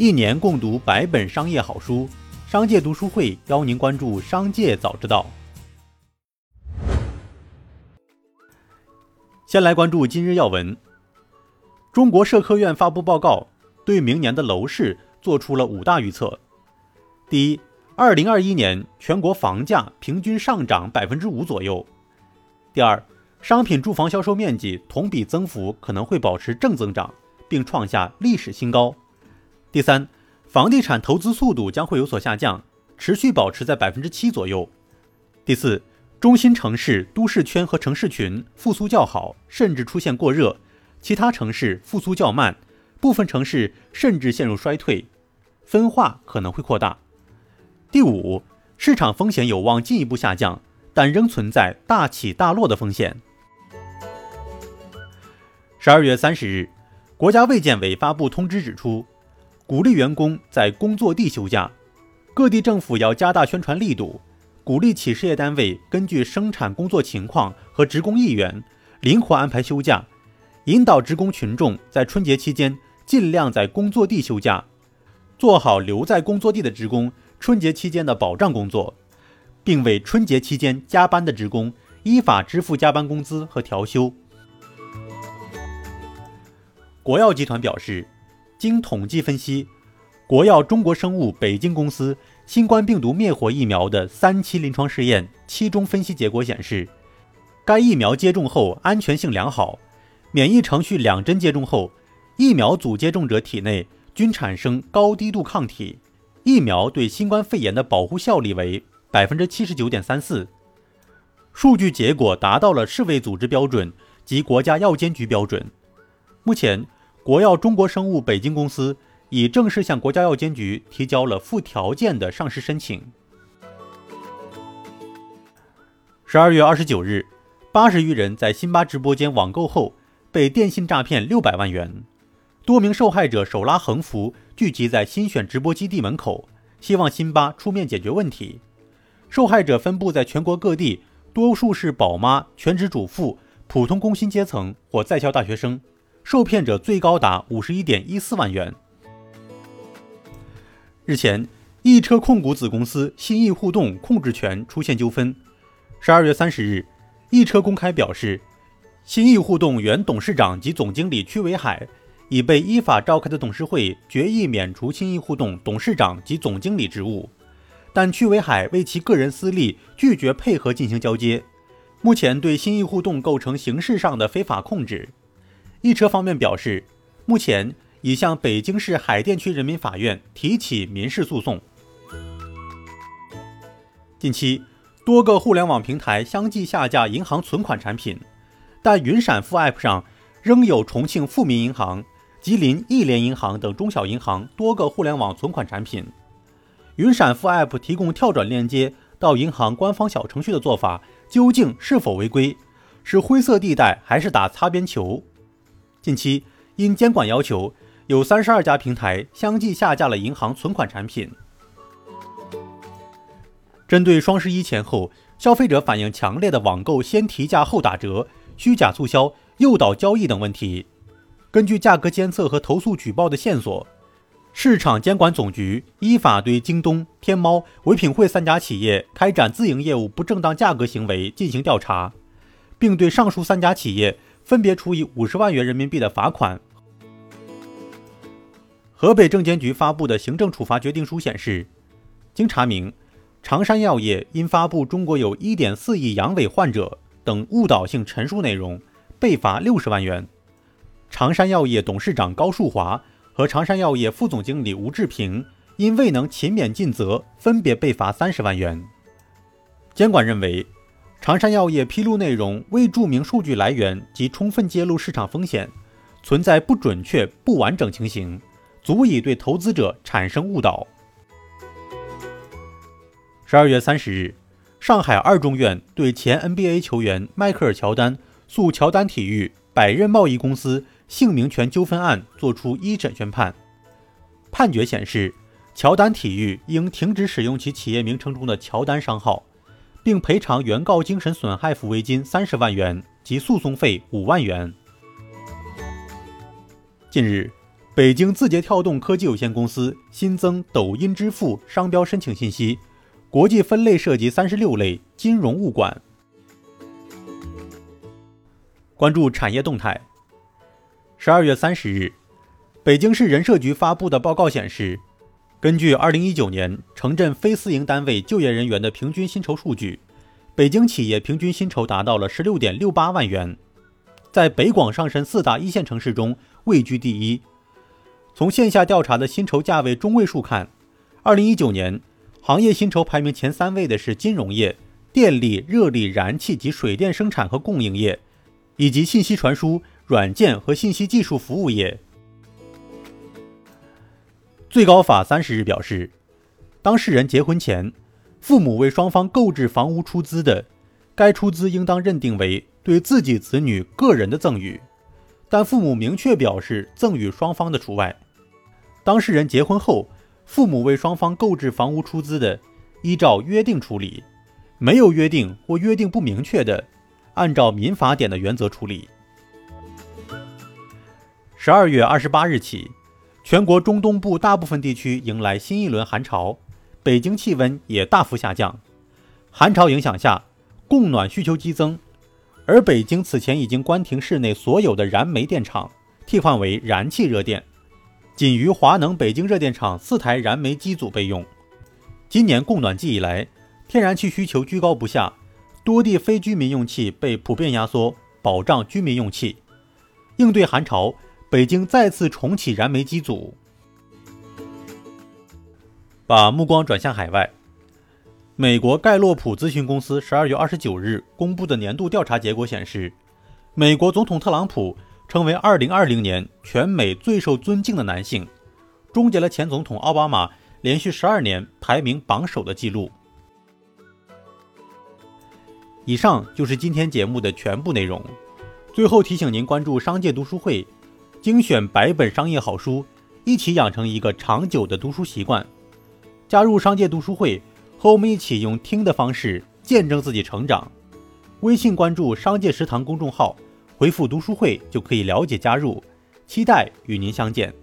一年共读100本商业好书，商界读书会邀您关注商界早知道。先来关注今日要闻。中国社科院发布报告，对明年的楼市做出了5大预测。第一，2021年全国房价平均上涨 5% 左右。第二，商品住房销售面积同比增幅可能会保持正增长，并创下历史新高。第三，房地产投资速度将会有所下降，持续保持在 7% 左右。第四，中心城市、都市圈和城市群复苏较好，甚至出现过热，其他城市复苏较慢，部分城市甚至陷入衰退，分化可能会扩大。第五，市场风险有望进一步下降，但仍存在大起大落的风险。12月30日，国家卫健委发布通知指出，鼓励员工在工作地休假，各地政府要加大宣传力度，鼓励企事业单位根据生产工作情况和职工意愿，灵活安排休假，引导职工群众在春节期间尽量在工作地休假，做好留在工作地的职工春节期间的保障工作，并为春节期间加班的职工依法支付加班工资和调休。国药集团表示，经统计分析，国药中国生物北京公司新冠病毒灭活疫苗的3期临床试验期中分析结果显示，该疫苗接种后安全性良好，免疫程序2针接种后，疫苗组接种者体内均产生高低度抗体，疫苗对新冠肺炎的保护效力为 79.34%。 数据结果达到了世卫组织标准及国家药监局标准。目前，国药中国生物北京公司已正式向国家药监局提交了附条件的上市申请。12月29日，80余人在辛巴直播间网购后被电信诈骗600万元，多名受害者手拉横幅聚集在新选直播基地门口，希望辛巴出面解决问题。受害者分布在全国各地，多数是宝妈、全职主妇、普通工薪阶层或在校大学生，受骗者最高达 51.14 万元。日前，易车控股子公司新易互动控制权出现纠纷。12月30日，易车公开表示，新易互动原董事长及总经理曲伟海已被依法召开的董事会决议免除新易互动董事长及总经理职务，但曲伟海为其个人私利拒绝配合进行交接，目前对新易互动构成刑事上的非法控制。易车方面表示，目前已向北京市海淀区人民法院提起民事诉讼。近期，多个互联网平台相继下架银行存款产品，但云闪付 App 上仍有重庆富民银行、吉林亿联银行等中小银行多个互联网存款产品。云闪付 App 提供跳转链接到银行官方小程序的做法究竟是否违规？是灰色地带还是打擦边球？近期，因监管要求，有32家平台相继下架了银行存款产品。针对双11前后消费者反应强烈的网购先提价后打折、虚假促销、诱导交易等问题，根据价格监测和投诉举报的线索，市场监管总局依法对京东、天猫、唯品会3家企业开展自营业务不正当价格行为进行调查，并对上述3家企业分别处以50万元人民币的罚款。河北证监局发布的行政处罚决定书显示，经查明，常山药业因发布中国有 1.4 亿阳痿患者等误导性陈述内容，被罚60万元。常山药业董事长高树华和常山药业副总经理吴志平因未能勤勉尽责，分别被罚30万元。监管认为，常山药业披露内容未注明数据来源及充分揭露市场风险，存在不准确、不完整情形，足以对投资者产生误导。12月30日，上海二中院对前 NBA 球员迈克尔·乔丹诉乔丹体育百任贸易公司姓名权纠纷案作出一审宣判。判决显示，乔丹体育应停止使用其企业名称中的乔丹商号，并赔偿原告精神损害抚慰金30万元及诉讼费5万元。近日， 北京字节跳动科技有限公司新增抖音支付商标申请信息，国际分类涉及36类金融物管。关注产业动态。12月30日，北京市人社局发布的报告显示，根据2019年城镇非私营单位就业人员的平均薪酬数据，北京企业平均薪酬达到了 16.68 万元，在北广上深4大一线城市中位居第一。从线下调查的薪酬价位中位数看，2019年行业薪酬排名前3位的是金融业、电力、热力、燃气及水电生产和供应业，以及信息传输、软件和信息技术服务业。最高法30日表示，当事人结婚前，父母为双方购置房屋出资的，该出资应当认定为对自己子女个人的赠与，但父母明确表示赠与双方的除外。当事人结婚后，父母为双方购置房屋出资的，依照约定处理；没有约定或约定不明确的，按照民法典的原则处理。12月28日起，全国中东部大部分地区迎来新一轮寒潮，北京气温也大幅下降。寒潮影响下，供暖需求激增，而北京此前已经关停市内所有的燃煤电厂，替换为燃气热电，仅余华能北京热电厂4台燃煤机组备用。今年供暖季以来，天然气需求居高不下，多地非居民用气被普遍压缩，保障居民用气。应对寒潮，北京再次重启燃煤机组。把目光转向海外，美国盖洛普咨询公司12月29日公布的年度调查结果显示，美国总统特朗普成为2020年全美最受尊敬的男性，终结了前总统奥巴马连续12年排名榜首的记录。以上就是今天节目的全部内容。最后提醒您关注商界读书会，精选100本商业好书，一起养成一个长久的读书习惯。加入商界读书会，和我们一起用听的方式见证自己成长。微信关注商界食堂公众号，回复读书会就可以了解加入，期待与您相见。